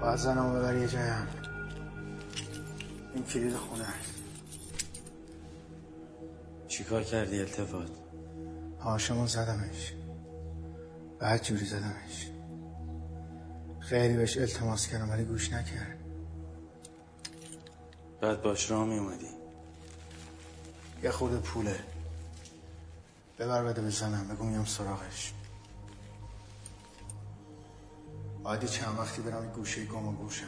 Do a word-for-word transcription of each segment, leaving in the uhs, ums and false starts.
باید زنمو ببری یه جای هم. این کلید خونه است. چی کار کردی التفات؟ هاشمو زدمش، بعد جوری زدمش. خیلی بهش التماس کردم ولی گوش نکرد. بعد باش راه می اومدی؟ یه خورده پوله ببر بده بزنم، بگو میام سراغش. عادی چند وقتی برم این گوشه گم و گوشم.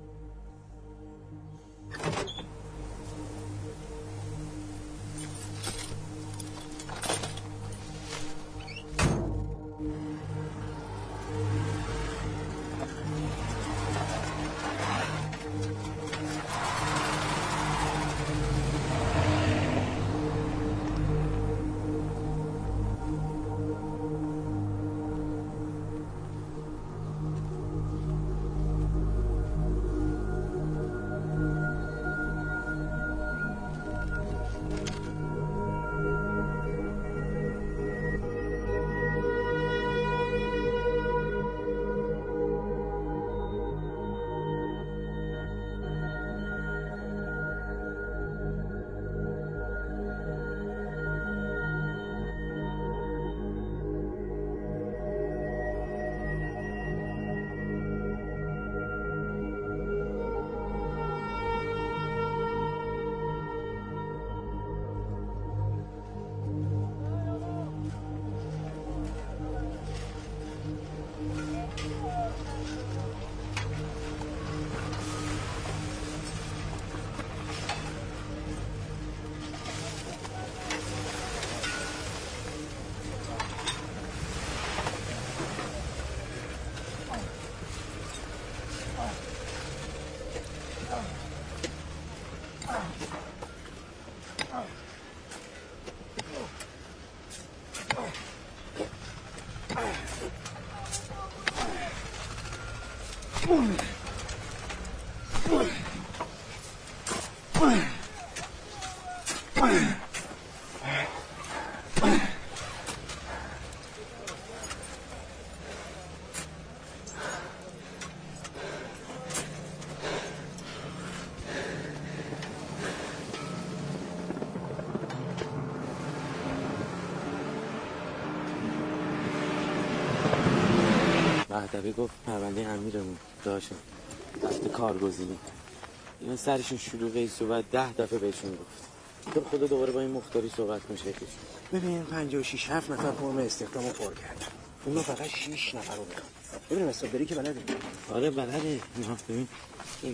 مهدوی گفت پرونده امیرمون داشتم رفته کارگزینی. اینا سرشون شلوغه ایست و بعد ده دفعه بهشون گفت تو خدا دوباره با این مختاری صحبت کن شکلشون. ببین پنجاه و شیش هفت نفر فرم استخدامو پر کردن، اونا فقط شیش نفر رو میخوان. ببین حساب داری که بلده. آره بلده. نه ببین این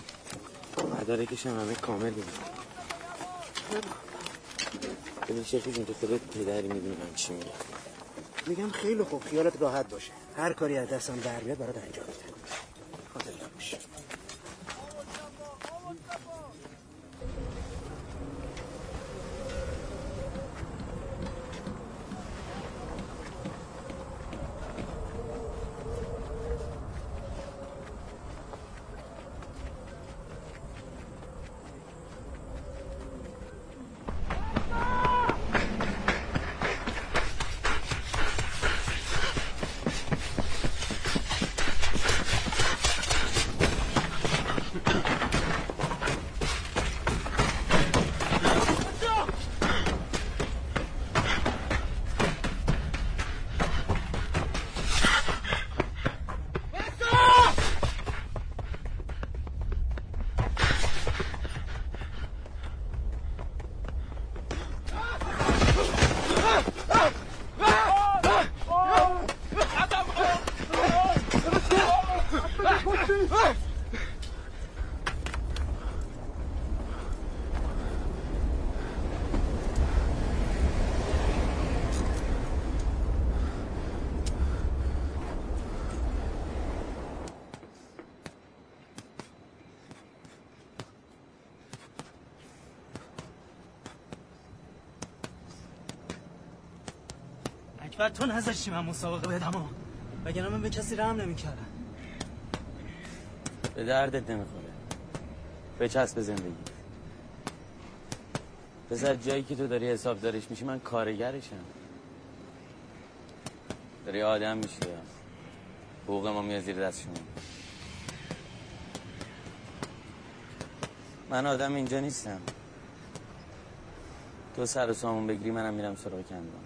مدارکش هم همه کامل بود. ببین شکل جون تو خودت پدری میدونی من چی میگم. میگم خیلی خوب، خیالت راحت باشه، هر کاری از دستم در بیاد برات انجام میدم. خاطر باش. و تو نذاشتی من مسابقه بدم و وگرنه من به کسی رحم نمی‌کردم. به دردت نمیخوره، بچسب زندگی. پسر جایی که تو داری حسابدارش میشی من کارگرشم. داری آدم میشی، حقوق ما میاد زیر دست شما. من آدم اینجا نیستم. تو سر و سامون بگیری منم میرم سراغ کندان.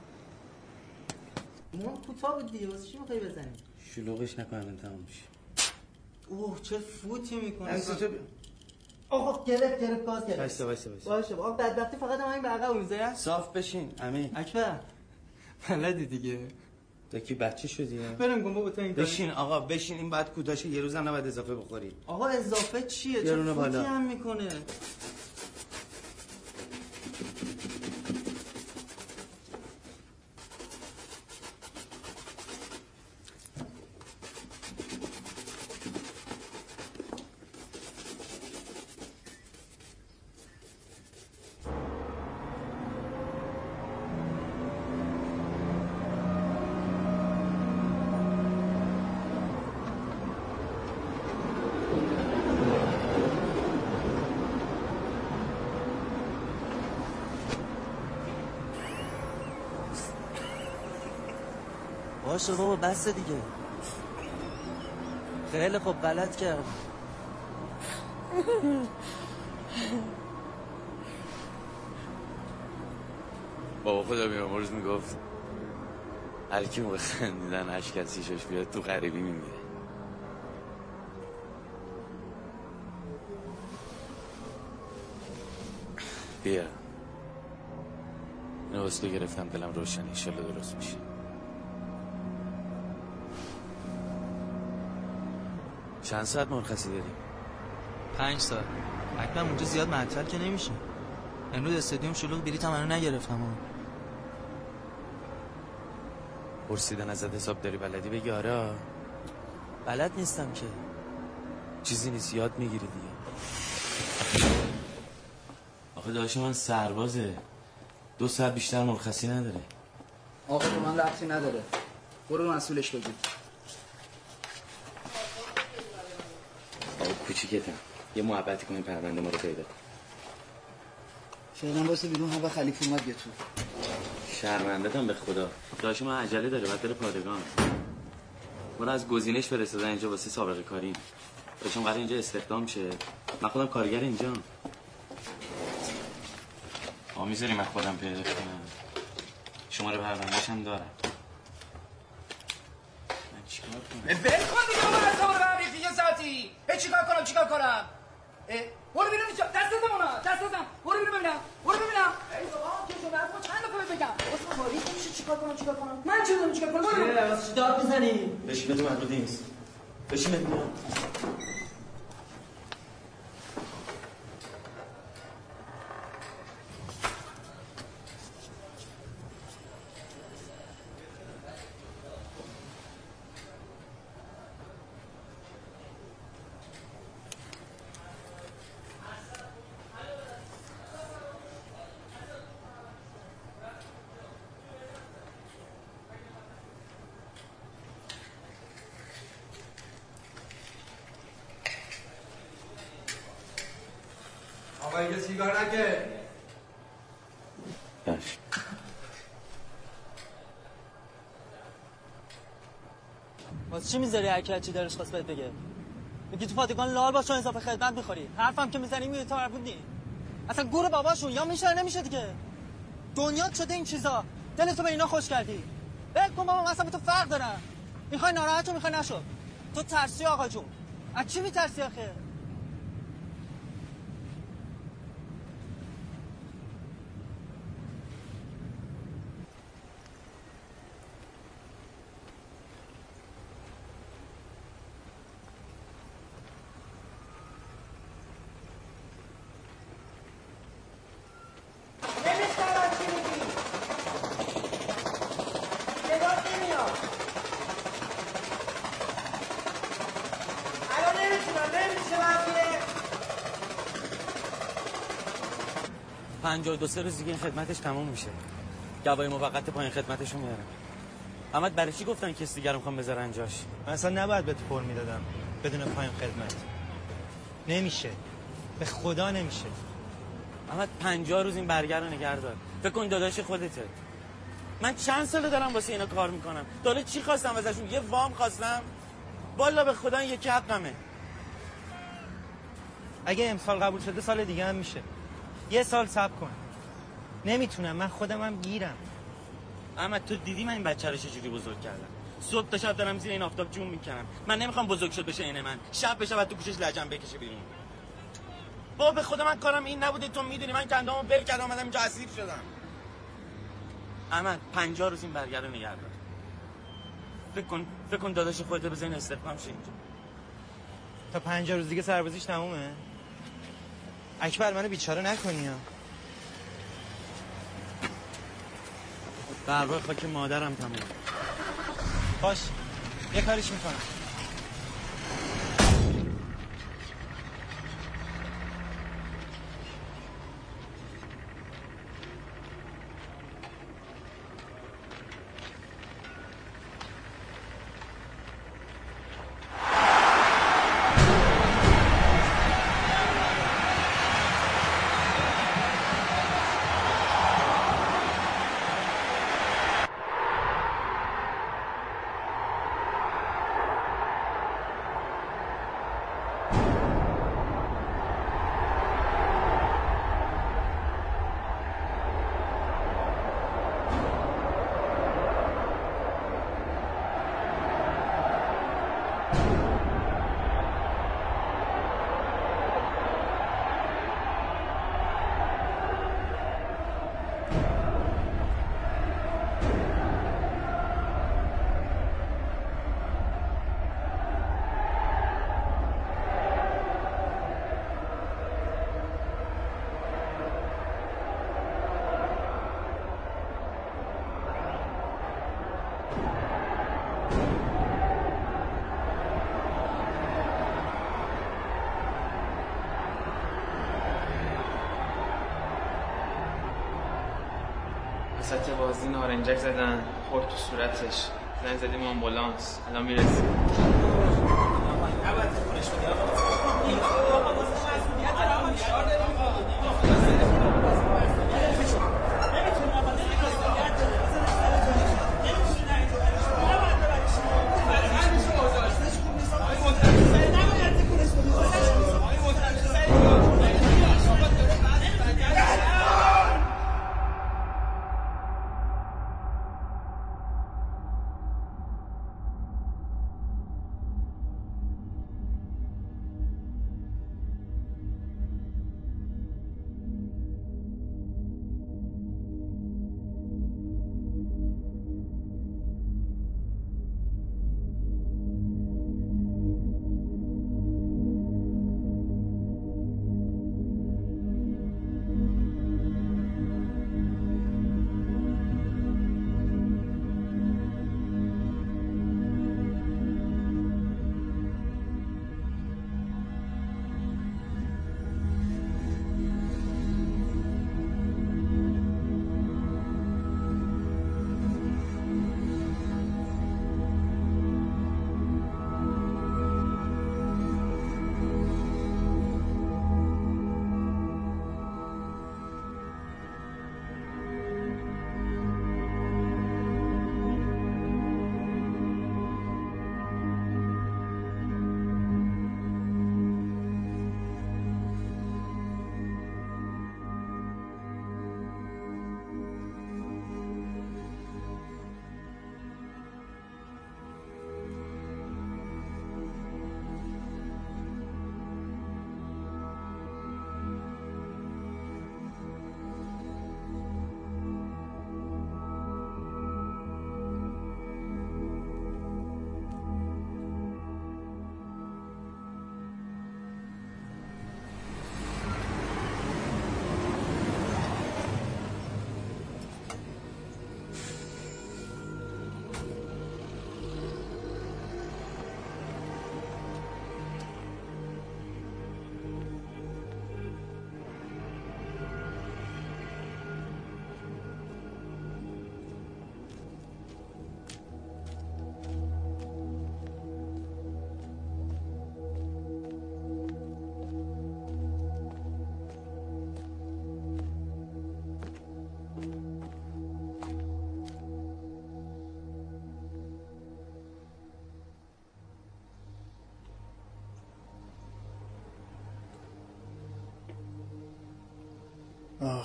ما کوتاه بود دیگه، واسه چی میخوای بزنی؟ شلوغش نکنم تمام میشه. اوه چه فوتی میکنه. اصلا تو آقا گرفت گرفت گاز گرفت. وایسا وایسا وایسا. باشه آقا بدبختی فقط همین به عقب میذاره. صاف بشین امین. اکبر بلدی دیگه. تو کی بچه شدی؟ برم گم بابا تو این بشین آقا بشین، این بعد کوتاشه، یه روزم نباید اضافه بخوری. آقا اضافه چیه؟ چه فوتی هم میکنه؟ باشه بابا بس دیگه. خیلی خوب غلط کرد. بابا خدا بیامرز میگفت هر کی موقع خندیدن اشک از چشش بیاد تو غریبی میمیره. بیا اینو واسه گرفتم، دلم روشنی، انشالله درست میشه. چند ساعت مرخصی داریم؟ پنج ساعت. اکبر اونجا زیاد معطل که نمیشه. امروز استادیوم شلوغ، بلیط هم هنوز نگرفتم. پرسیدن ازت حساب داری بلدی بگی آره. بلد نیستم که. چیزی نیست، یاد میگیری دیگه. آخه داشت من سربازه، دو ساعت بیشتر مرخصی نداره. آخه تو من ربطی نداره، برو مسئولش بگو. آقا کوچیکتم، یه محبتی کنیم پرونده ما رو پیدا کن. فعلا واسه بیرون هم و خلیفه اومد بیا تو. شرمنده‌ام به خدا. داشت من عجله داره، باید بره پادگان. ما رو از گزینش فرستادن اینجا واسه سابقه کاری. داشتم قرار اینجا استخدام شه. من خودم کارگر اینجا. آ میذاری من خودم پیدا کنم. شماره پرونده‌اش هم دارم. من چیکار کنم؟ ول کن دیگه من اصلا رو ببری یه ساعتی. ای چیکار کنم چیکار کنم؟ برو ببینم اینجا. دست دادم اونا. دست دادم. برو ببینم ببینم. برو ببینم. ای بابا که شما برام چند دفعه بگم. واسه کاری میشه چیکار کنم چیکار کنم؟ من چه میدونم چیکار کنم؟ برو. واسه چی داد میزنی؟ بشین تو محدود نیست. بشین ببینم. آقا اینجا سیگار نکه. باش. واسه چی میذاری هر کی چی دلش خواست بهت بگه؟ میگی تو پادگان لال باش و اضافه خدمت میخوری. حرفم که میزنی میگی تا مربوط نی. اصلا گور باباشون یا میشه نمیشه دیگه. دنیا شده این چیزا. دلتو به اینا خوش کردی. ول کن بابا، مثلا تو فرق دارم. میخوای ناراحت و میخوای نشو. تو ترسی آقا جون. از چی میترسی آخه؟ پنجاه و دو سه روز دیگه این خدمتش تموم میشه. گواهی موقت پایین خدمتشو میارم. احمد برای چی گفتن کسی دیگه رو میخوام بذارن جاش؟ من اصلا نباید بهت پر میدادم بدون پایین خدمت. نمیشه، به خدا نمیشه. احمد پنجاه روز این برگر رو نگه دار. فکر کن داداش خودته. من چند ساله دارم واسه اینا کار میکنم. تا چی خواستم ازشون؟ یه وام خواستم؟ والا به خدا این یکی حقمه. اگه امسال قبول شده سال دیگه هم میشه. یه سال صبر کن. نمیتونم، من خودم هم گیرم. احمد تو دیدی من این بچه رو چجوری بزرگ کردم؟ صبح تا شب دارم زیر این آفتاب جون میکنم. من نمیخوام بزرگ شد بشه عین من، شب بشه بعد تو گوشش لجن بکشه بیرون. بابا به خدا من کارم این نبوده، تو میدونی من کندامو ول کردم اومدم اینجا اسیر شدم. احمد پنجاه روز این برگر رو نگه دار. فکر کن فکر کن داداش خودت بزنین استخدام شه اینجا. تا پنجاه روز دیگه سربازیش تمومه. اکبر منو بیچاره نکنی ها. در واقع خاک مادرم تمومه. باش یه کاریش میکنم. وسط بازی نارنجک زدن خورد تو صورتش، زنگ زدیم آمبولانس، الان میرسیم.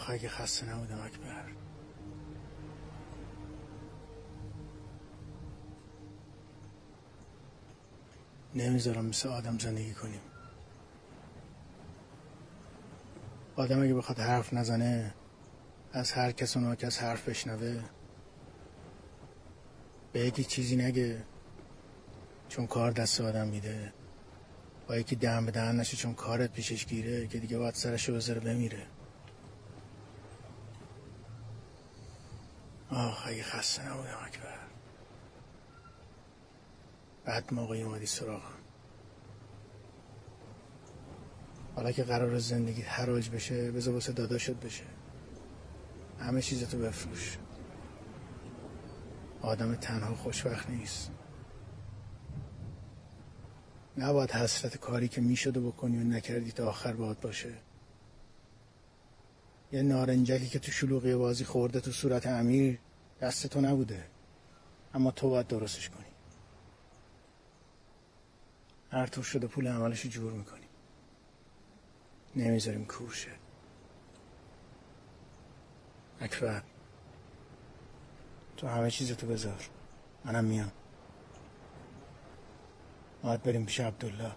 آخ اگه خسته نبودم اکبر. نمیذارم مثل آدم زندگی کنیم. آدم اگه بخواد حرف نزنه، از هر کس و ناکس حرف بشنوه، به یکی چیزی نگه چون کار دست آدم میده، با یکی دهن به دهن نشه چون کارت پیشش گیره، که دیگه باید سرشو بذاره بمیره. آخ اگه خسته نبودم اکبر. بعد موقعی اومدی سراغم. حالا که قرار زندگیت حراج بشه، بذار واسه داداشت بشه. همه چیزتو بفروش. آدم تنها خوشبخت نیست. نباید حسرت کاری که میشد بکنی و نکردی تا آخر باهات باشه. یه نارنجکی که تو شلوغی بازی خورده تو صورت امیر دست تو نبوده، اما تو باید درستش کنی. هر طور شده پول عملشو جور میکنی، نمیذاریم کورشه. اکبر تو همه چیزتو بذار، منم میام. باید بریم پیش عبدالله.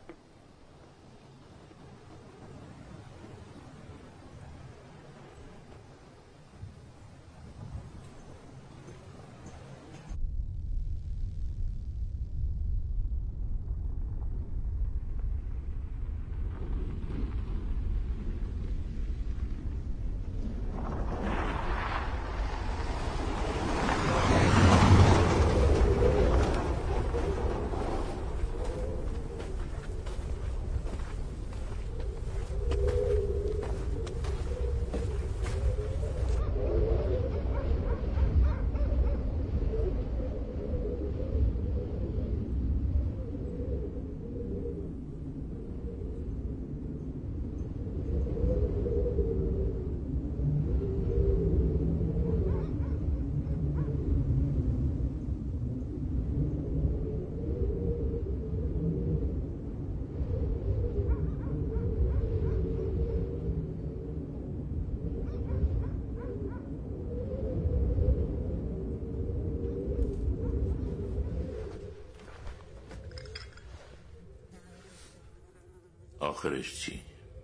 آخرش چی؟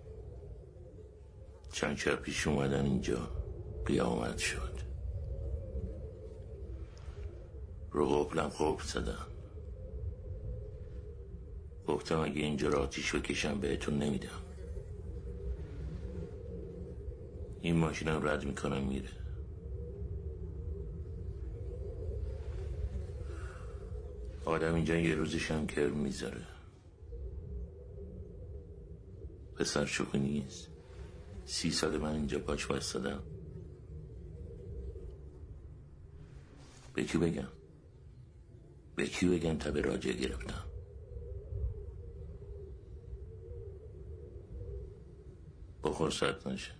چند شب پیش اومدن اینجا، قیامت شد. رو قبلم قبل زدن، گفتم اگه اینجا را آتیش بکشم بهتون نمیدم. این ماشینم رد میکنم میره. آدم اینجا یه روزش هم کرم میذاره. پسر شوخی نیست. سی سال من اینجا پاش بستدم. به کی بگم؟ به کی بگم تب راجع گرفتم؟ بخور سرد نشه.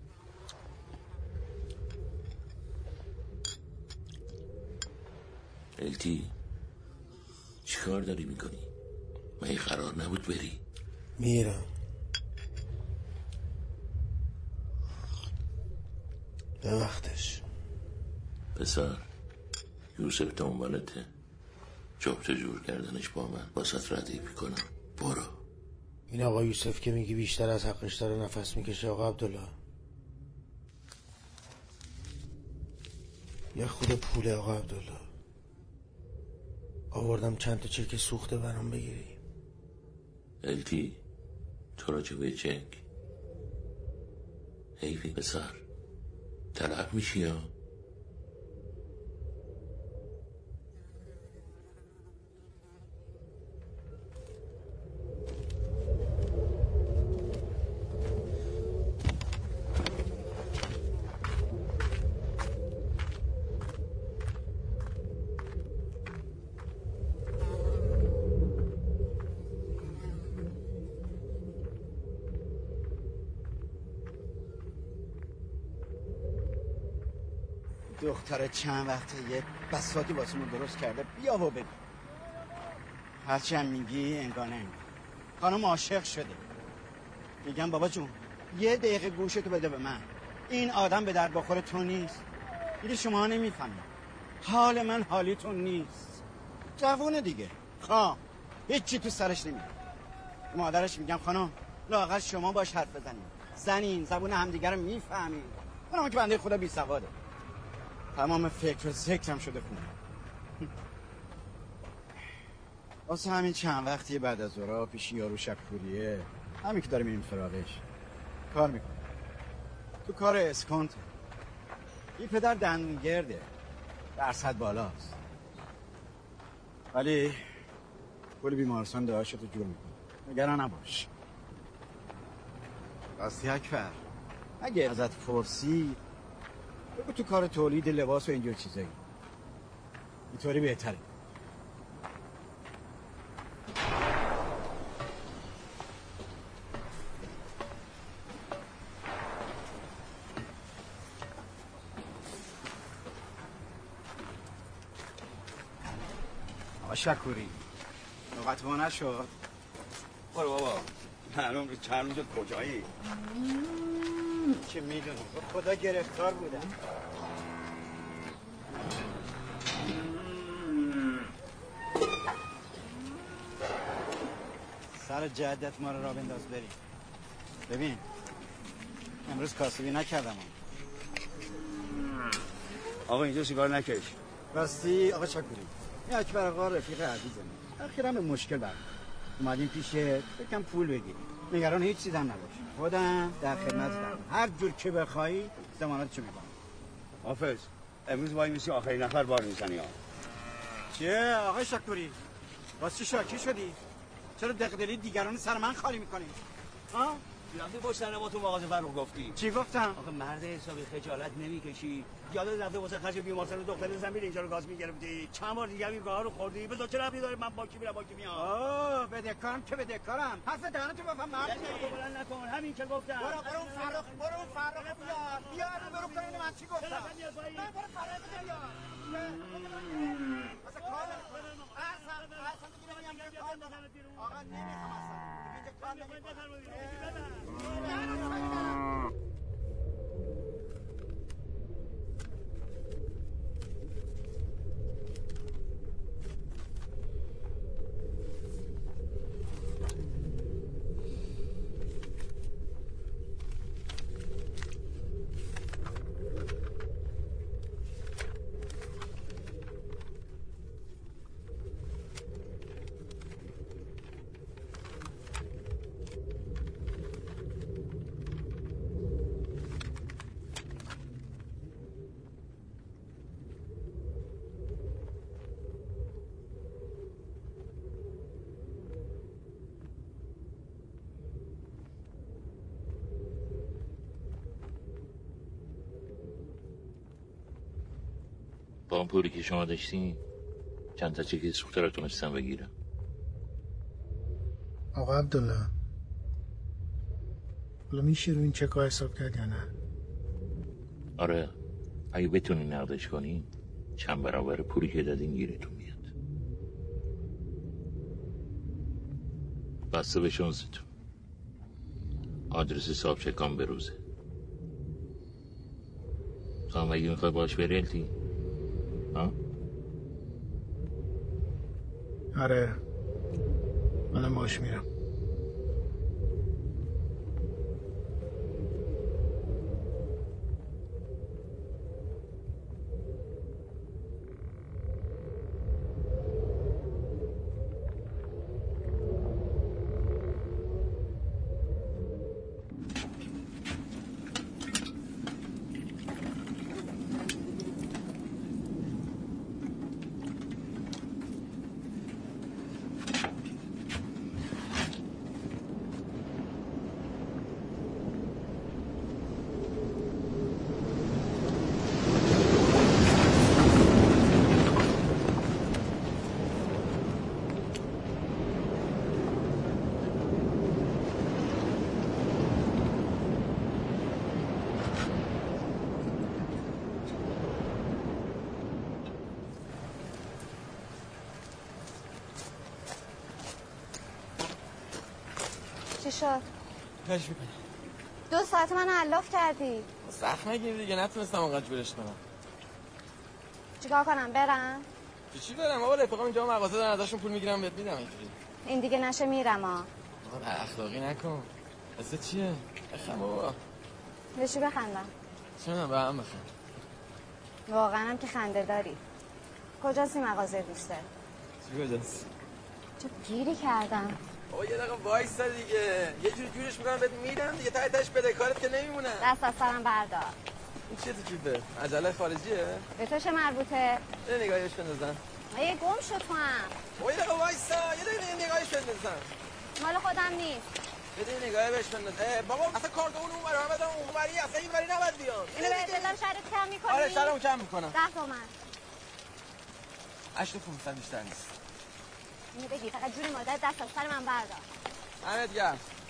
التی چی کار داری میکنی؟ من قرار نبود بری؟ میرم. به وقتش. پسر یوسف دنبالته. جفت جور کردنش با من باست ردیف کنم. برو. این آقا یوسف که میگی بیشتر از حقش داره نفس میکشه آقا عبدالله. یه خود پوله آقا عبدالله. آوردم چند تا چک سوخته برام بگیری. التی تو راجع به چک حیفی پسر، طلب میشی یا دختر چند وقته یه بساطی واسمون درست کرده، بیا و ببین. هرچند میگی انگار نه. خانم عاشق شده. میگم بابا جون یه دقیقه گوشتو بده به من، این آدم به درد بخور تو نیست. دیگه شما نمیفهمید حال من حالیتون نیست. جوونه دیگه خواه هیچی تو سرش نمیاد. مادرش میگم خانم لااقل شما باش حرف بزنید، زنین زبون همدیگه رو میفهمید. اونم که بنده خدا بی سواده، تمام فکر و ذکرم شده خونه. واسه همین چند وقتی بعد از ظهر پیش یارو شکوریه، همین که داره میریم سراغش کار میکنه. تو کار اسکانت این پدر دندونگرده، درصد بالاست، ولی کل بیمارستان دعاشتو جور میکنه. نگران نباش. راستی اکبر اگه ازت فرسی بگو تو کار تولید لباس و اینجور چیزایی، اینطوری بهتره. آقا شکوری نوبت ما نشد. برو بابا معلوم رو چند روز کجایی که میدونم خدا گرفتار بودم. سر جدت ما رو را بنداز بریم. ببین امروز کاسبی نکردم. آقا اینجا سیگار نکش. راستی آقا شکوری این اکبر آقا رفیق عزیزم، اخیراً به مشکل برد اومدیم پیشت بکن پول بگیری. نگران هیچ چیزم نباش، خودم در خدمتم، هر جور که بخوایی ضمانت چه میکنم. حافظ امروز وای میسی آخرین نفر بار میزنی ها. چیه آقا شکوری واسه شاکی شدی؟ چرا دغدغه‌ای دیگران سر من خالی میکنی؟ ها؟ رفتی پشت سر ما تو مغازه فرخ گفتی. چی گفتم؟ آخه مرد حسابی خجالت نمیکشی؟ یادت رفته واسه خرج بیمارستان دختر زمین اینجا رو گاز میگرفتی؟ چند بار دیگه این کارا رو خوردی؟ به تو چه ربطی داره من با کی میرم با کی میام؟ آه بدهکارم که بدهکارم. حرف دهنتو بفهم مرد. تو بلند نکن، همین که گفتم. برو برو فرخ برو فرخ بیار. بیار برو کنین من چی گفتم؟ نه برو فرخ بیار. واسه کار اصلا اصلا دیگه نمیام کار دارم. آقا نمیخوام اصلا. اینجا کار نمیکنم. با اون پولی که شما داشتین چند تا چکی سوخته را تونستم بگیرم. آقا عبدالله حالا میشه رو این چکا حساب کرد یا نه؟ آره اگه بتونین نقدش کنین چند برابر پولی که دادین گیرتون میاد. بسته به شانستون. آدرس حساب چکام بروزه. تو هم اگه میخوای باش بریلتی؟ ها؟ آره منم باش میرم. چی شد؟ کارش میکنه دو ساعت من علاف کردی. سخت نگیر دیگه، نتونستم اونقدر جورش کنم. چیکار کنم برم؟ تو چی برم بابا؟ رفیقام اینجا مغازه دارن ازشون پول میگیرم بهت میدم اینجوری. این دیگه نشه میرم ها. بابا اخلاقی نکن. اصلا چیه؟ بخند بابا. به چی بخندم؟ چونم به هم بخند. واقعا هم که خنده داری. کجاست این مغازه دوسته؟ چی کجاست؟ چه گیری کردم. بابا یه دقیقه وایسا دیگه. یه جوری جورش میکنم بهت میدم دیگه، ته تهش بده کارت که نمیمونه. دست از سرم بردار. این چیه تو جیبه؟ عجله خارجیه؟ به تو چه مربوطه؟ یه نگاهیش بندازم. یه گم شد تو هم. بابا یه دقیقه وایسا، یه دقیقه نگاهیش بندازم. مال خودم نیست. بده نگاهی بهش بنداز. بابا اصلا کارت اون اونور همه دارم اونوری، اصلا این وری نباید بیان. اینو بهت بدم شرط کم می‌کنی؟ آره شرمو کم می‌کنم. ده تومن. هشت و پونصد بیشتر نیست. اینو بگی فقط جون مادر دست از سر من بردار. همه دیگه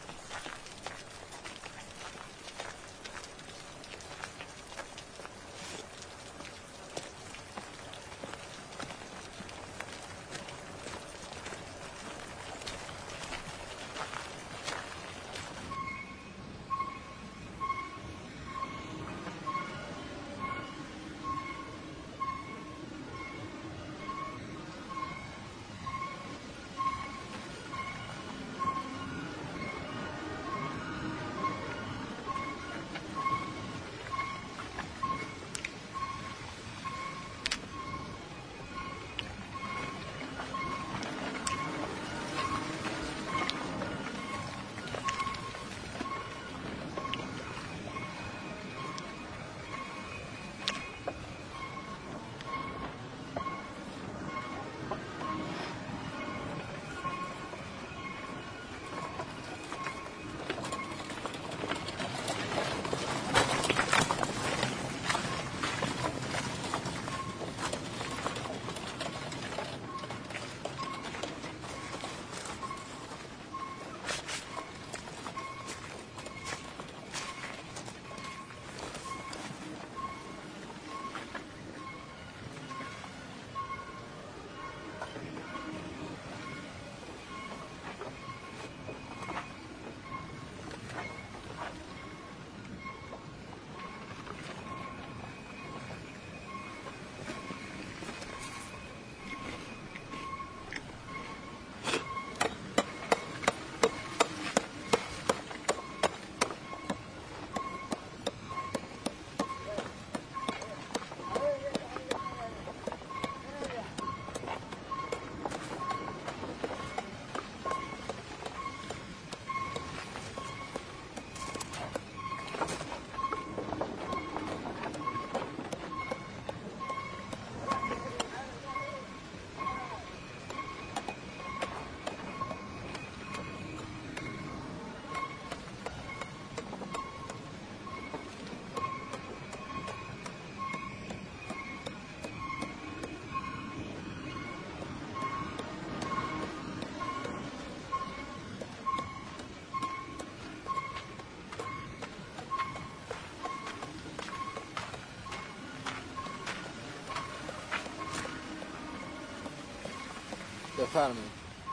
بفرمایید.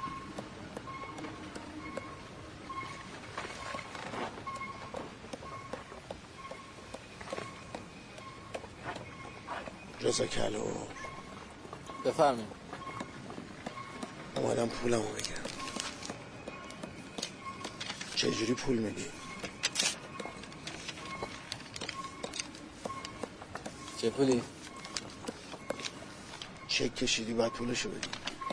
رضا کلو بفرمایید. اومدم پولمو بگیرم. چجوری پول میدی؟ چه پولی؟ چک کشیدی باید پولشو بدی.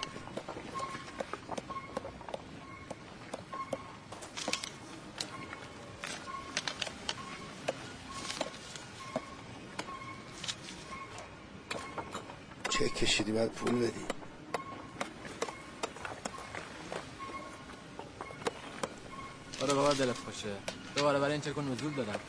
چک کشیدی باید پول بدی. آره بابا دلت خوشه. دوباره برای این چک نزول دادم.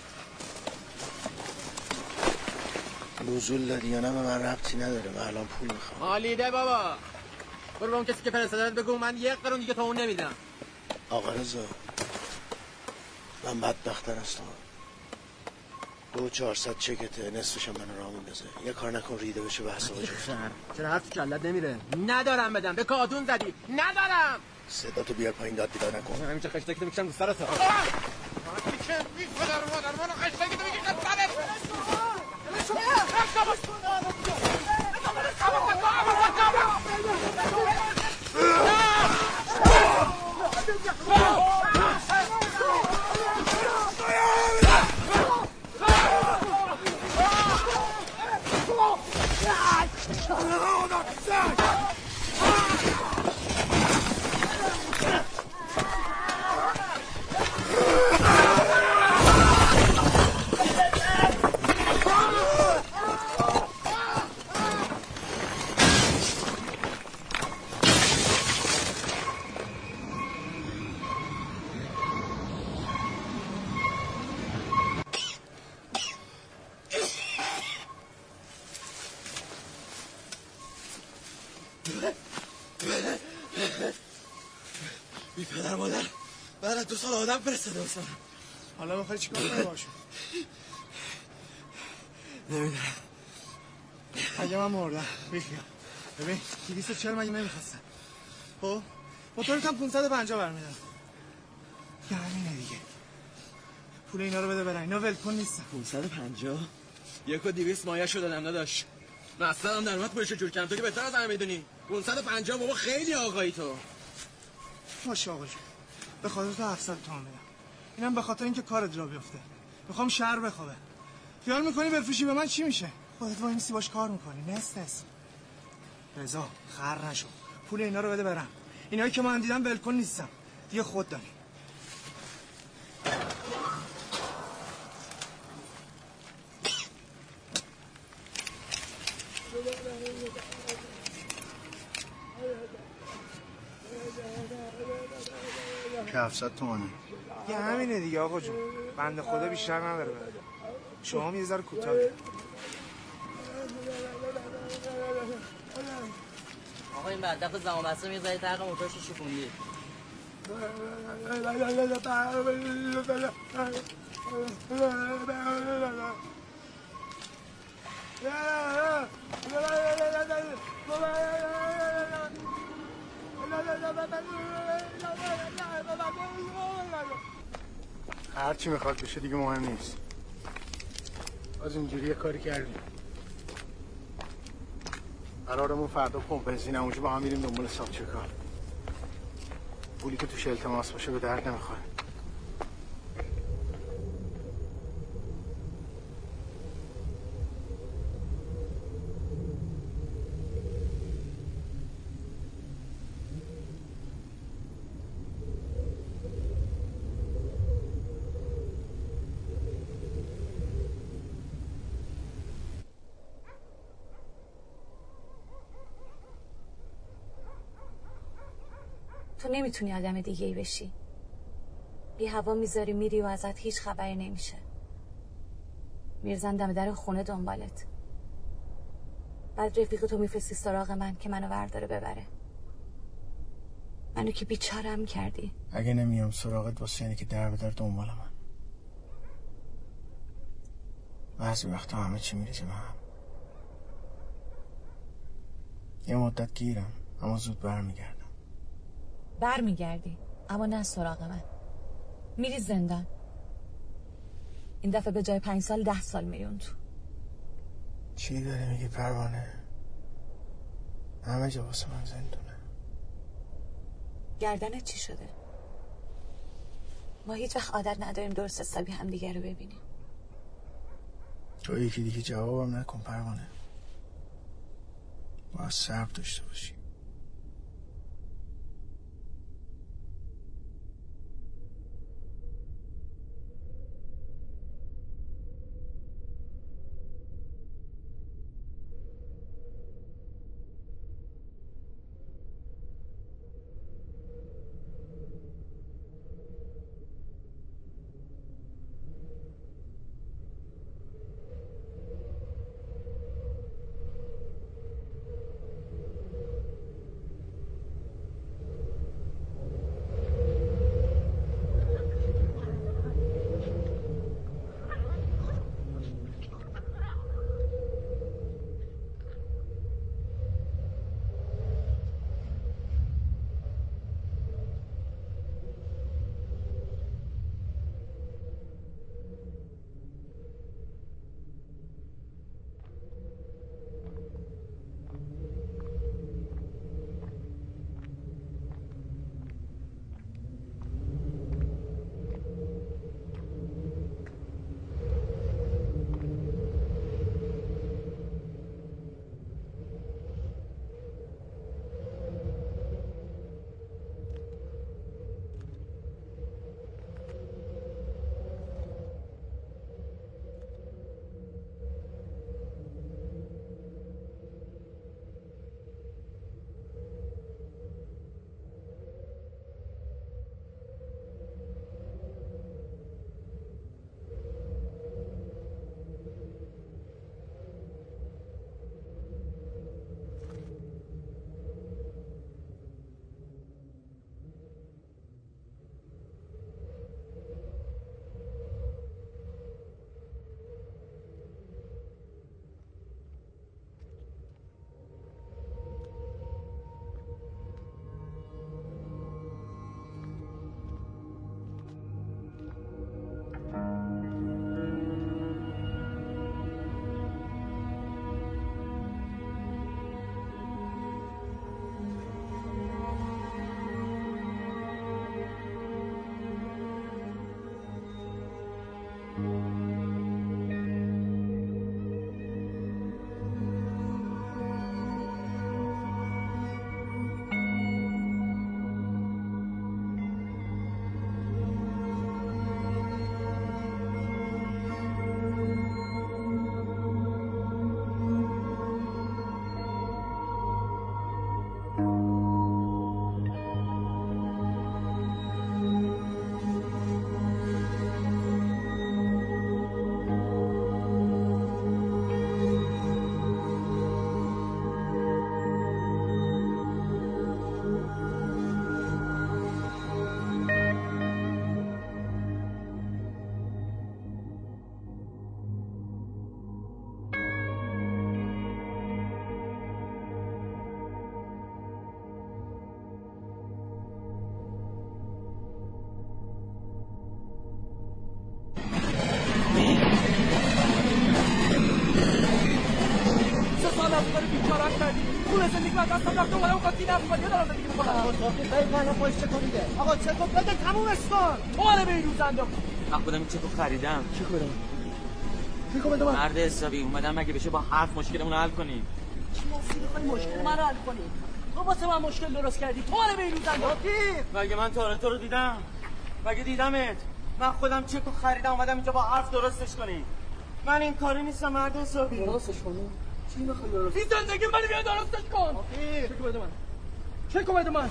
نزول دادی یا نه به من ربطی نداره، من الان پول میخوام. مالیده بابا. برو به اون کسی که فرستادت بگو من یک قرون دیگه تا اون نمیدم. آقا رضا من بدبخت‌تر از تو. دو چهارصد چکته، نصفش هم منو راه میندازه. یه کار نکن ریده بشه بحث آقا جون. چرا حرف کلت نمیره؟ ندارم بدم، به کادون زدی. ندارم. صدا تو بیار پایین، داد بیدار نکن. همینجا خشتک تو میکشم رو سرت. میشه بی پدر و مادر منو خشتک تو میکشم سرت. بی پدر مادر بعد از دو سال آدم فرستاده واسه من. حالا میخوای چیکار کنی باشو؟ نمیدونم. اگه من مردم بیخیال. ببین دویست و چهل مگه نمیخواستم. خب موتورت هم پانصد و پنجاه برمیدارم. یه همینه دیگه. پول اینا رو بده برن، اینا ولکن نیستن. پانصد و پنجاه یک و دویست مایه شو دادم نداشت. مثلا هم درمت پولشو جور کردم. تو که بهتر از همه میدونی. پانصد و پنجاه بابا خیلی آقایی تو. باشه آقا جون، به خاطر تو هفتصد تومن میدم. اینم به خاطر اینکه کارت را بیفته. میخوام شهر بخوابه. خیال میکنی بفروشی به من چی میشه؟ خودت وای میسی باش کار میکنی. نست نست. رضا خر نشو. پول اینا رو بده برم. اینایی که من دیدم ولکن نیستم. دیگه خود دانی. که هفتصد تومنه. یه همینه دیگه آقا جون. بنده خدا بیشتر نداره بده. شما هم یه ذره کوتاه. آقا این بدبخت زمان بسته میذاری ترق موتورشو شکوندی. هر چی میخواد بشه دیگه مهم نیست. از اینجوری یه کاری کردیم. قرارمون فردا پمپ بنزین اونجا با هم میریم دنبال ساخت چکار. پولی که توش التماس باشه به درد نمیخوره. تو نمیتونی آدم دیگه ای بشی. بی هوا میذاری میری و ازت هیچ خبری نمیشه. میرزن دم در خونه دنبالت. بعد رفیق تو میفرستی سراغ من که منو ورداره ببره. منو که بیچارم کردی. اگه نمیام سراغت واسه یعنی که در به در دنبال من. بعضی وقتا همه چی میریزه به هم. یه مدت گیرم اما زود برمیگردم. برمیگردی اما نه سراغ من. میری زندان. این دفعه به جای پنج سال ده سال میری اون تو. چی داری میگی پروانه؟ همه جا واسه من زندونه. گردنت چی شده؟ ما هیچ وقت عادت نداریم درست حسابی هم دیگه رو ببینیم. تو یکی دیگه جوابم نکن پروانه. باید صبر داشته باشی. درست کردی پول زندگی من دستم رفت اومدم قاطی نفت یه دارم زندگی میکنم خیلی من پایش چه کنیده آقا چه کن بده تمومش کن مال بیروز انداخت من خودم این چکو خریدم. چی خودم چی خودم من مرد حسابی اومدم مگه بشه با حرف مشکلمون رو حل کنیم. چی میخوای مشکل من رو حل کنی؟ تو واسه من مشکل درست کردی تو مال بیروز انداختی. مگه من تا تو رو دیدم؟ مگه دیدمت؟ من خودم چکو خریدم اومدم اینجا با حرف درستش کنیم. من این کاری نیستم مرد حسابی. درستش کنی؟ چی میخوای درست؟ این زندگی منو بیا درستش کن. چه کوبه من؟ چه کوبه من؟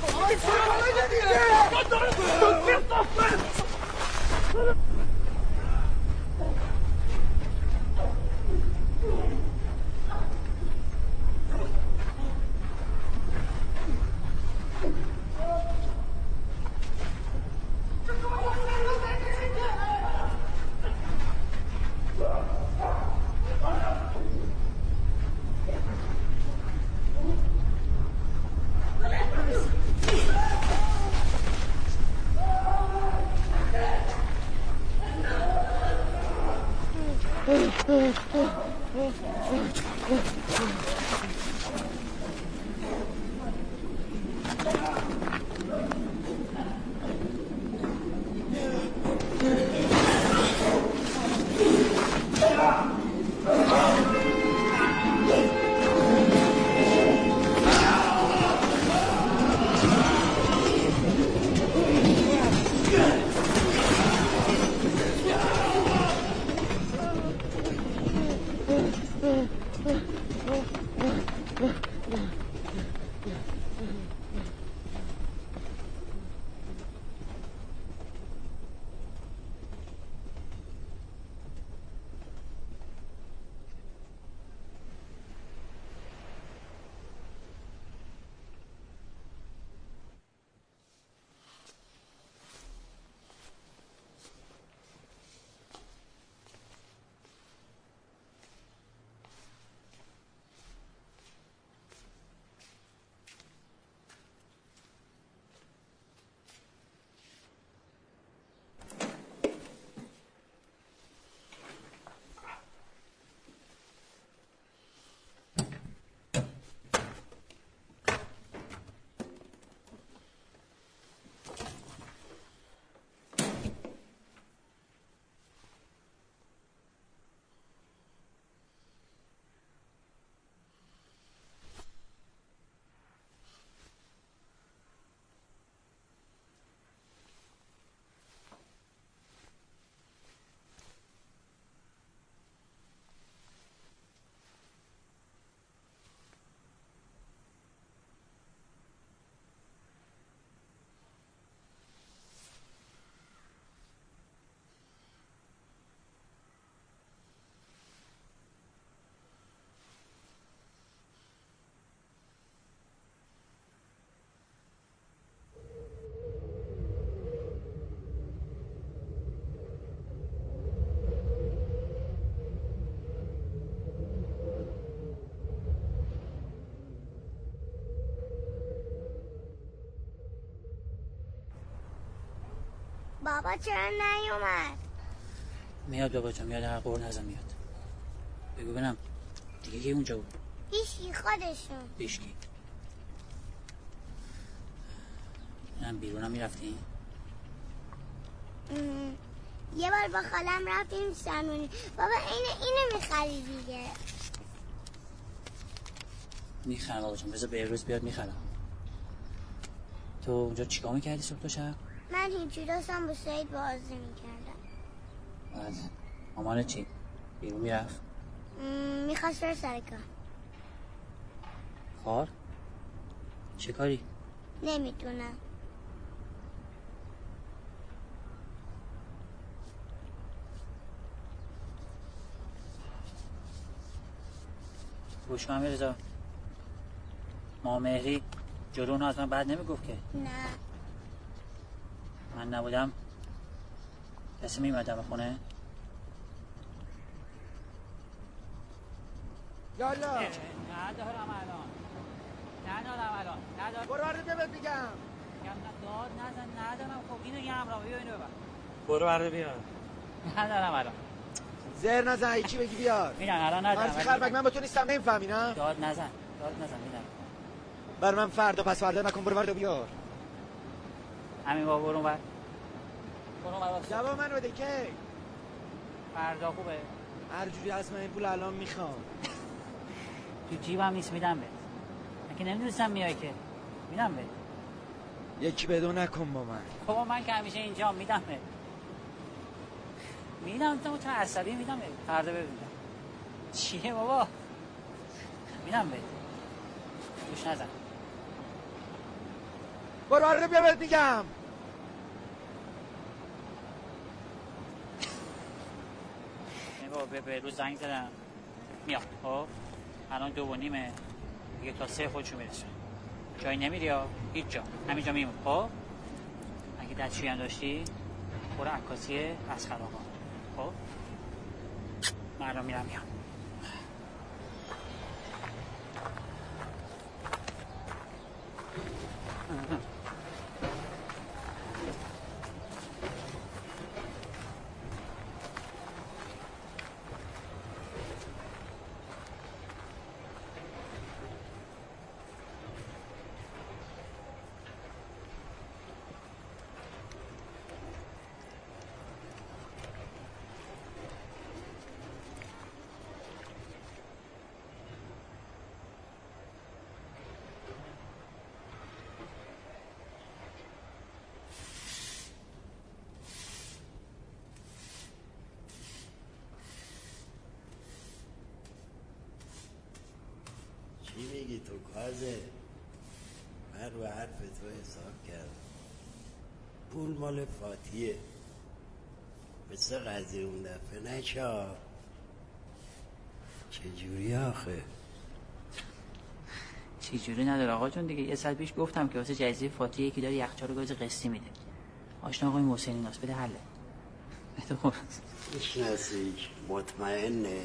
بابا چرا نیومد؟ میاد بابا جان میاد هر قور نزم میاد. بگو ببینم دیگه کی اونجا بود؟ هیچکی خودشون. هیچکی. من بیرونم میرفتیم؟ یه بار با خالم رفتیم سنونی. بابا اینه اینو میخری دیگه. میخرم بابا جان بذار به روز بیاد میخرم. تو اونجا چیکار میکردی صبح تا شب؟ من هیچی داشتم با سعید بازی میکردم. بعد مامانت چی؟ بیرون میرفت؟ میخواست بره سر کار. کار؟ چه کاری؟ نمیدونم. گوش کن میرزا ما مهری جلو اونو از من بعد نمیگفت که؟ نه من نبودم کسی میمدم به خونه؟ یالا ندارم الان ندارم الان ندارم برو برده ببت میگم میگم داد نزن ندارم. خب اینو یه همراه بیا اینو ببر. برو برده بیار. ندارم الان. زر نزن چی بگی بیار. میگم الان ندارم. مرسی خربک من با تو نیستم نمیفهمی نه؟ داد نزن داد نزن میدم. بر من فردا پس فردا نکن، برو برو بیار. همین بابا برو بر. برو بر. جواب من بده که فردا خوبه. هر جوری هست من این پول الان میخوام. تو جیبم نیست میدم بهت. من که نمیدونستم میای که. میدم بهت. یکی بدو نکن با من. بابا من که همیشه اینجا میدم بهت. میدم تو تو عصبی میدم بهت. فردا ببینم. چیه بابا؟ میدم بهت. گوش نزن. برو آره بیا بهت میگم. بابا به به روز زنگ زدم میام. خب الان دو و نیمه دیگه، تا سه خودشو میرسه. جایی نمیری ها، هیچ جا، همینجا میمون. خب اگه دستشویی هم داشتی برو عکاسی اسخر آقا. خب من الان میرم میام. چی میگی تو کازه؟ من رو حرف تو حساب کردم. پول مال فاتیه، مثل قضیه اون دفعه نشا. چجوری آخه؟ چجوری نداره آقا جون دیگه. یه ساعت پیش گفتم که واسه جزیره فاتیه یکی داره یخچال گاز قسطی میده. آشنا آقای محسنی ناس بده حله. میشناسیش؟ مطمئنه؟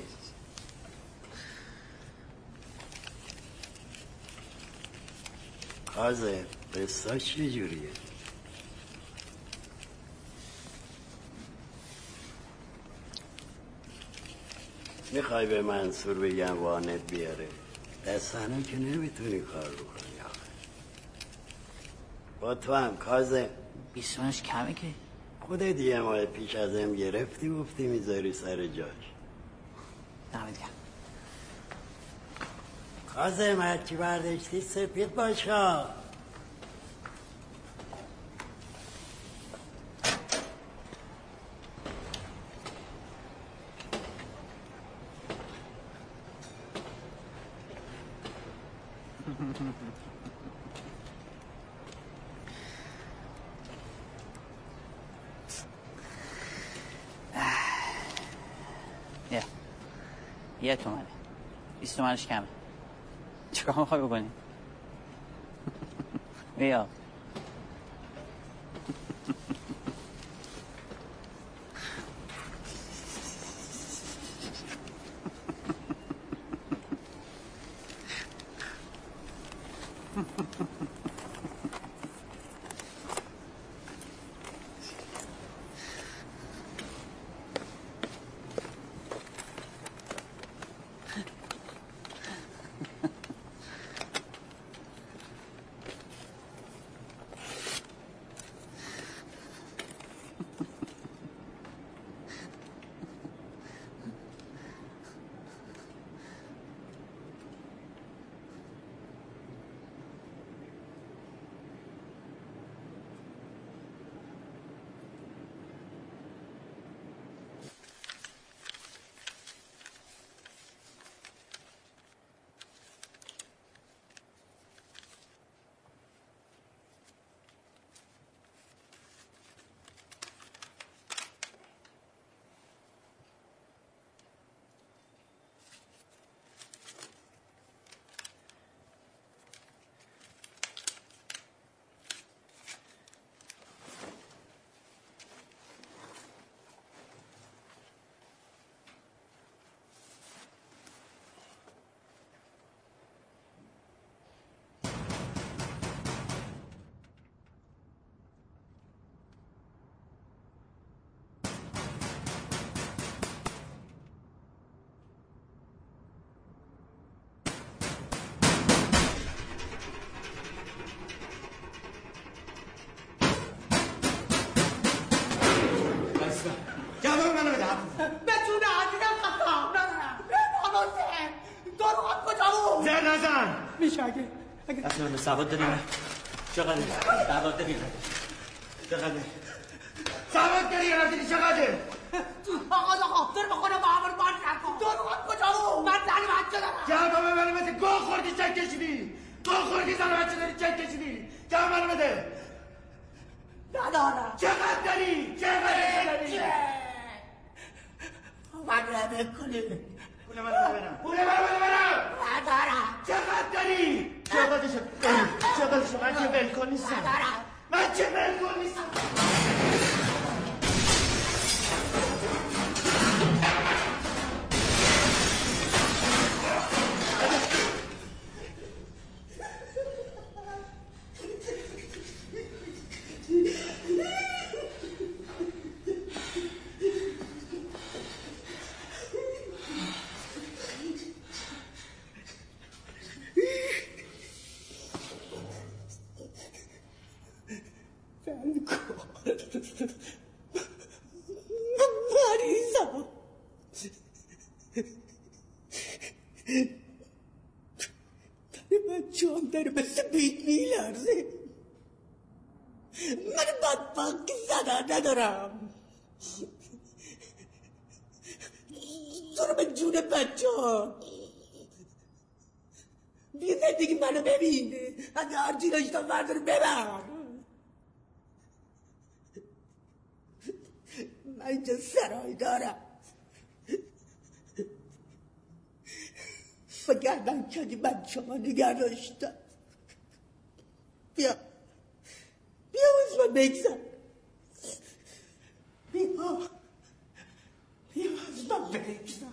کازه قصه چجوریه؟ میخوای به منصور بگم وانت بیاره؟ دستانه که نمیتونی کار بکنی آخه. با تو هم کازه بیستونش کمه که خودت یه ماه پیش ازم گرفتی گفتی میذاری سر جاش. دمت گرم. کازم هرچی برداشتی سپید باشا. یه یه تومنه. بیست تومنش کمه. چیکار میخوای بکنی؟ بیا. نزن. میشه اگه اگه اصلا من سواد داریم چقدر سواد داریم چقدر سواد داری یا نداری چقدر؟ آقا آقا دور بخونه با همون بار نکن دور بخون کجا بود؟ من زن بچه دارم جواب منو بده. گاه خوردی چک کشیدی. گاه خوردی زن بچه داری چک کشیدی. جواب منو بده. ندارم. چقدر داری؟ چقدر داری؟ من رو بکنی پول منو بده برم. پول منو بده برم. ندارم. چقدر داری؟ چقدرشو چقدرشو من که ولکن نیستم. ندارم. من که ولکن نیستم. مریضم داره بچه هم داره مثل بیت میلرزه. من بدبخت که زدن ندارم. تو رو به جون بچه ها بیا زندگی منو ببین. اگه هرچی داشتم بردار ببر. من اینجا سرای دارم و گردن کدی بچه ها نگر داشتم. بیا بیا از من بگذر. بیا بیا از من بگذر.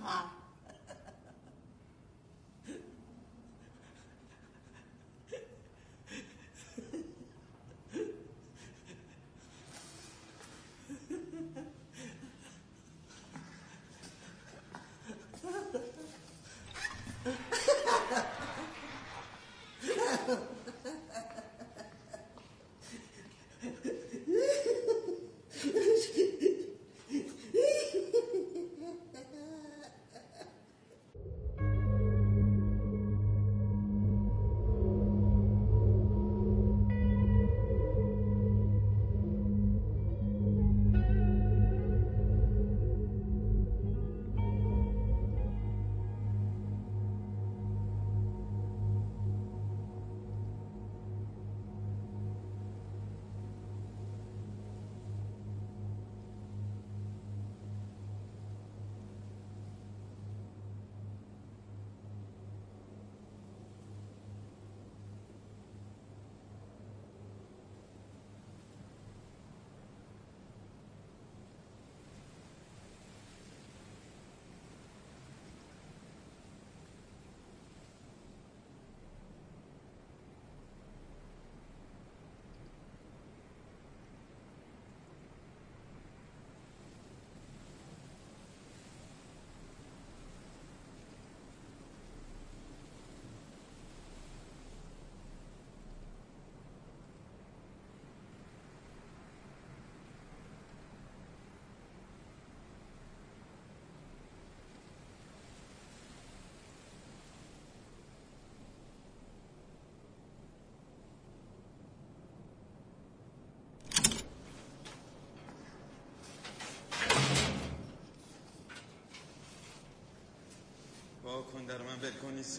با کن در من ولکن نیستم.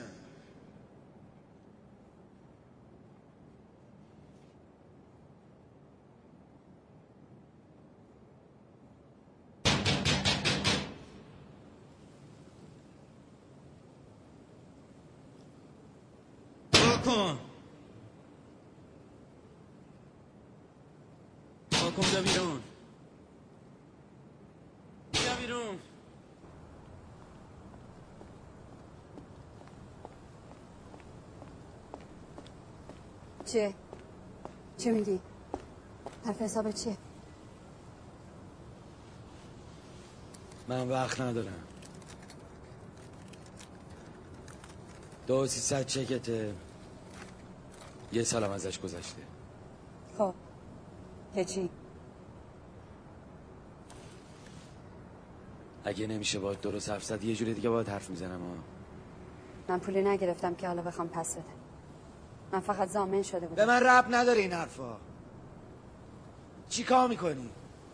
با کن با کن بیا بیرون. بیا بیرون. چیه؟ چی میگی؟ حرف حساب چیه؟ من وقت ندارم. دو سیصد چکته. یه سالم ازش گذشته. خب که چی؟ اگه نمیشه باید درست حرف زد یه جوری دیگه باید حرف میزنم ها. من پولی نگرفتم که حالا بخوام پس بده. من فقط ضامن شده بودم. به من ربط نداره این حرفا. چی کار میکنی؟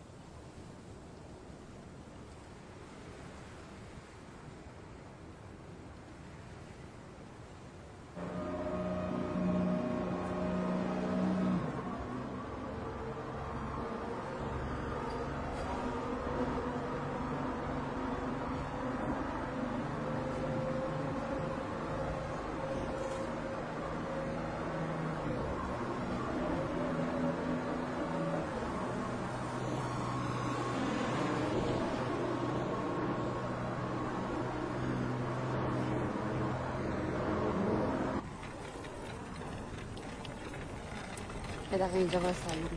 یه دقیقه اینجا باید سلیمی.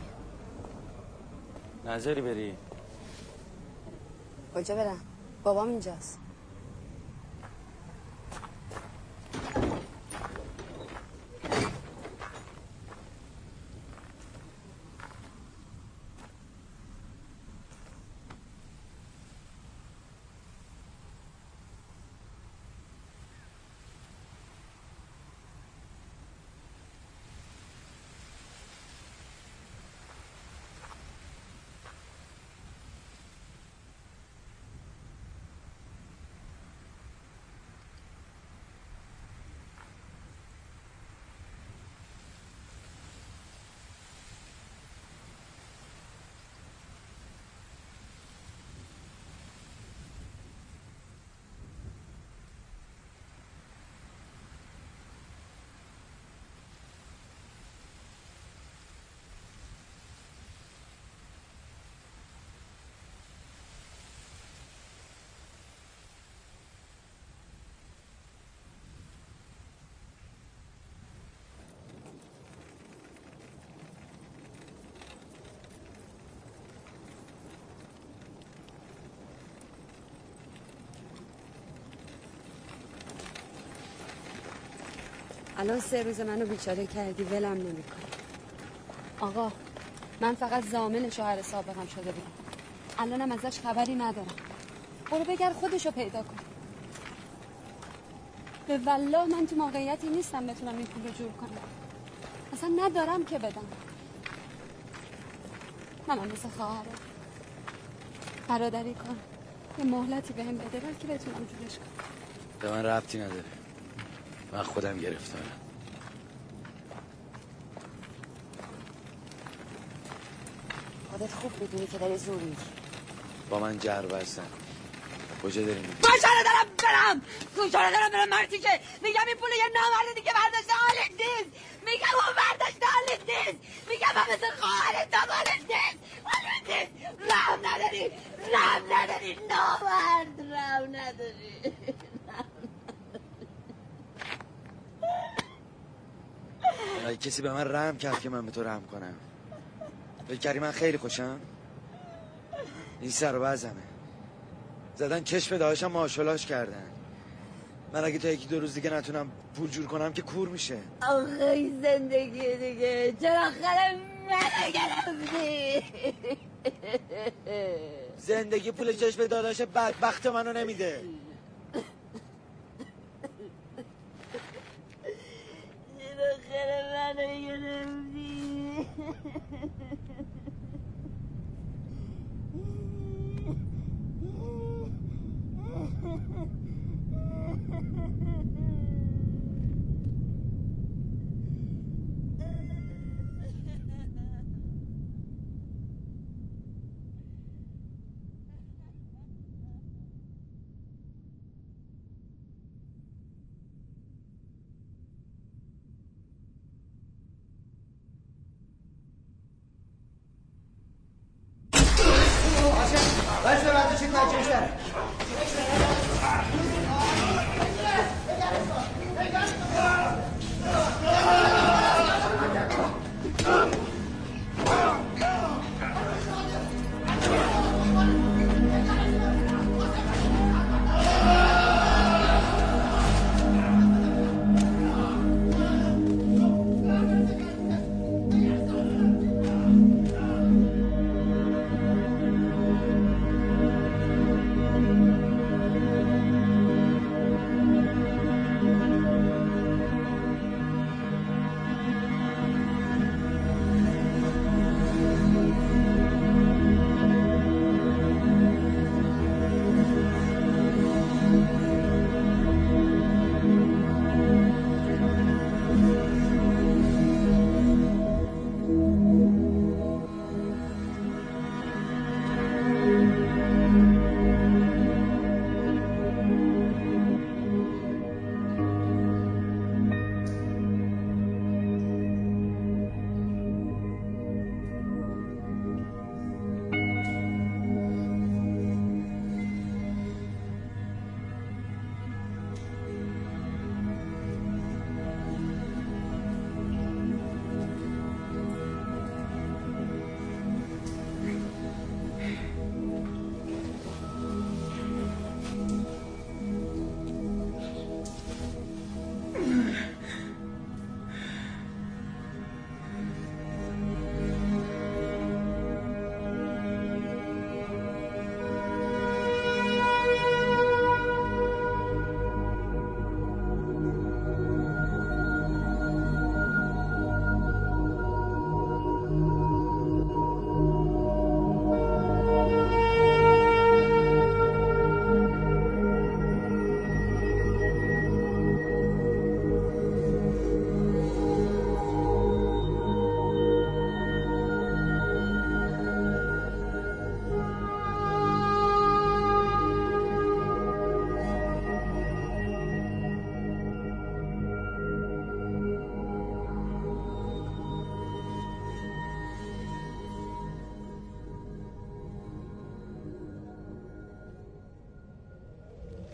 نظری بری؟ کجا برم؟ بابام اینجاست. الان سه روز منو بیچاره کردی، ولم نمی‌کنی. آقا من فقط ضامن شوهر سابقم شده بودم، الانم ازش خبری ندارم. برو بگرد خودشو پیدا کن. به والله من تو موقعیتی نیستم بتونم این پول رو جور کنم، اصلا ندارم که بدم. منم مثل خواهرم برادری کن، یه مهلتی بهم بده بلکه بتونم جورش کنم. به من ربطی نداره، من خودم گرفتارم. خودت خوب میدونی که داری زور میگی. با من جر بستن. کجا داری میگی؟ کجا رو دارم برم؟ کجا رو دارم برم مرتی که میگم این پول یه نامرده دیگه برداشته حالت نیست. میگم اون برداشته حالت نیست. میگم من مثل خواهرت دام حالت نیست. حالت نیست. رحم نداری. رحم نداری نامرد. رحم نداری. اگه کسی به من رحم کرد که من به تو رحم کنم. فکر کردی من خیلی خوشم؟ این سر و وضعمه. زدن چشم داشتم ماشالاش کردن. من اگه تا یکی دو روز دیگه نتونم پول جور کنم که کور میشه. آخه این زندگی دیگه چرا خاله منو گرفتی؟ زندگی پول چشم داداش بدبخت منو نمیده. چرا خاله منو گرفتی؟ باشه باشه چی کار چش داره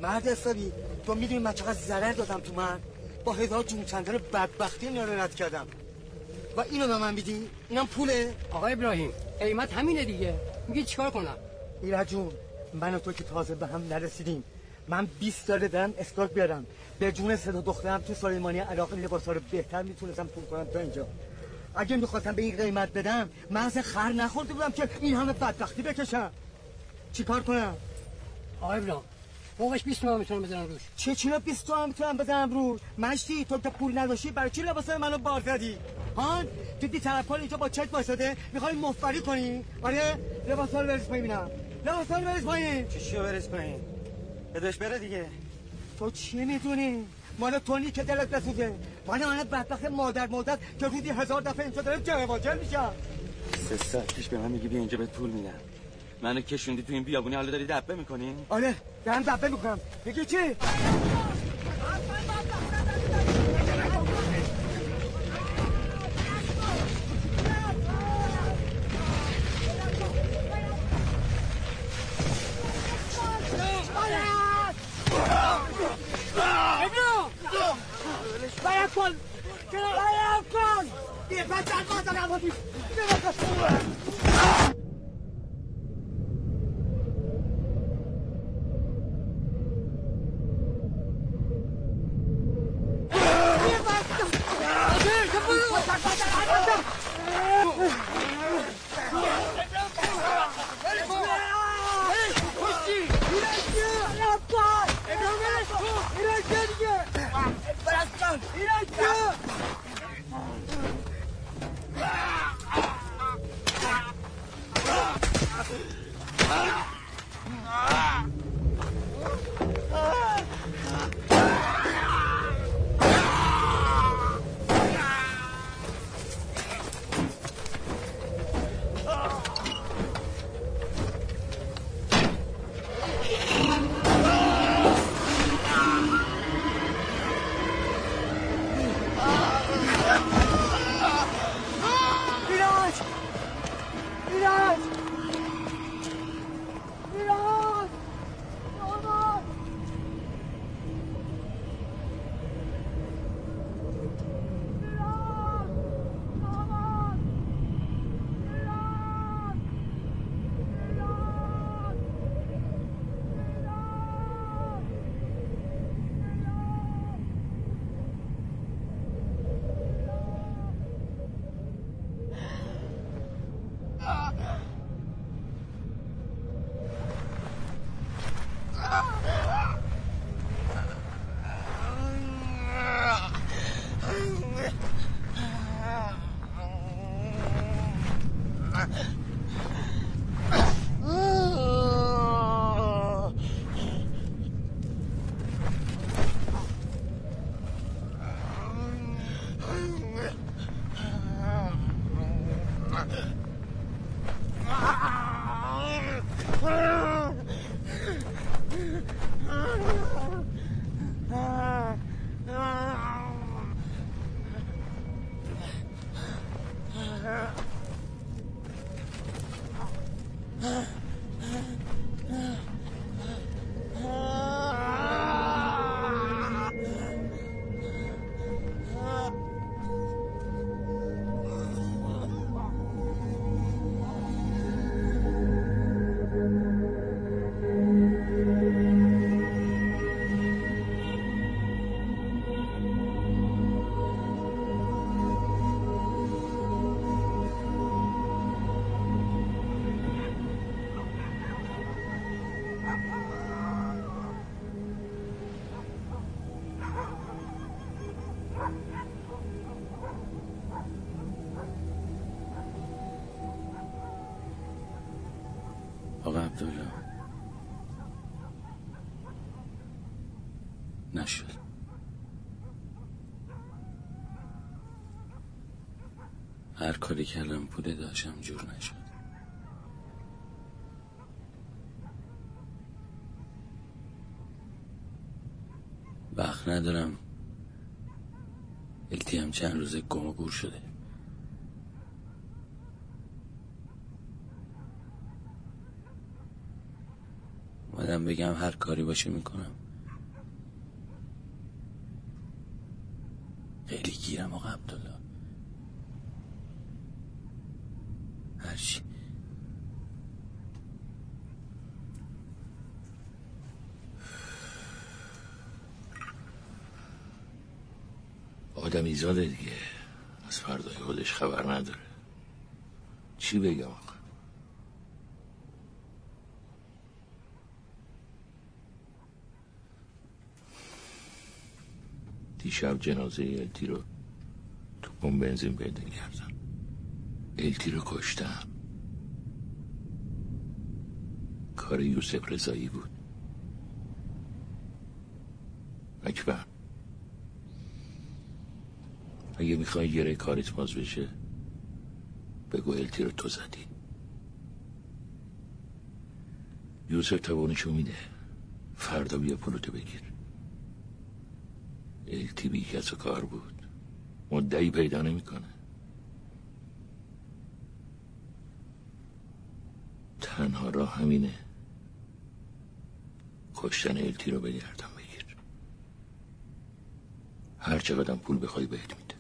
مرد حسابی تو میدونی من چقدر ضرر دادم تو من با هزار جون چندان بدبختی اینا رو رد کردم و اینو به من میدی؟ اینم پوله؟ آقای ابراهیم قیمت همینه دیگه، میگی چیکار کنم؟ ایرج جون من و تو که تازه به هم نرسیدیم، من بیست ساله دارم اسکورت بیارم به جون سه تا دخترم تو سلیمانی عراق لباسا رو بهتر میتونستم پول کنم تا اینجا. اگه میخواستم به این قیمت بدم من از خر نخورده بودم که این همه بدبختی بکشم. چیکار کنم؟ آقای ابراهیم فوقش بیست تومن میتونم بزنم روش. چه چرا بیست تومن میتونم بزنم روش؟ مشتی تو که پول نداشتی برای چی لباسای منو بار زدی؟ هان تو دی طرفا اینجا با چک واسطه میخوای مفبری کنی؟ آره لباسا رو بریز پایین ببینم. لباسا رو بریز پایین. چی چیو بریز پایین؟ بدش بره دیگه. تو چی میدونی؟ مال تونی که دلت بسوزه. مال من بدبخت مادر مادر که روزی هزار دفعه اینجا داره جواجل میشم. سه ساعت پیش به من میگی بیا اینجا بهت پول میدم. منو کشوندی تو این بیابونی حالا داری دبه میکنی؟ آره دارم دبه میکنم. میگی چی؟ باید کن باید کن یه بچه قاتل عوضی آقا عبدالله نشد. هر کاری کردم پوله داشتم جور نشد. وقت ندارم. التی هم چند روزه گم و گور شده. اومدم بگم هر کاری باشه میکنم خیلی گیرم آقا عبدالله. هرچی آدمی زاده دیگه، از فردای خودش خبر نداره. چی بگم آقا؟ دیشب جنازه التی رو تو پمپ بنزین پیدا کردم. التی رو کشتم. کار یوسف رضایی بود. اکبر، اگه میخوای گره کاریت باز بشه بگو التی رو تو زدی. یوسف توانشو میده، فردا بیا پولتو بگیر. التی بی کس و کار بود، مدعی پیدا نمیکنه. تنها راه همینه، کشتن التی رو به گردن بگیر. هر چقدر پول بخوای بهت میده.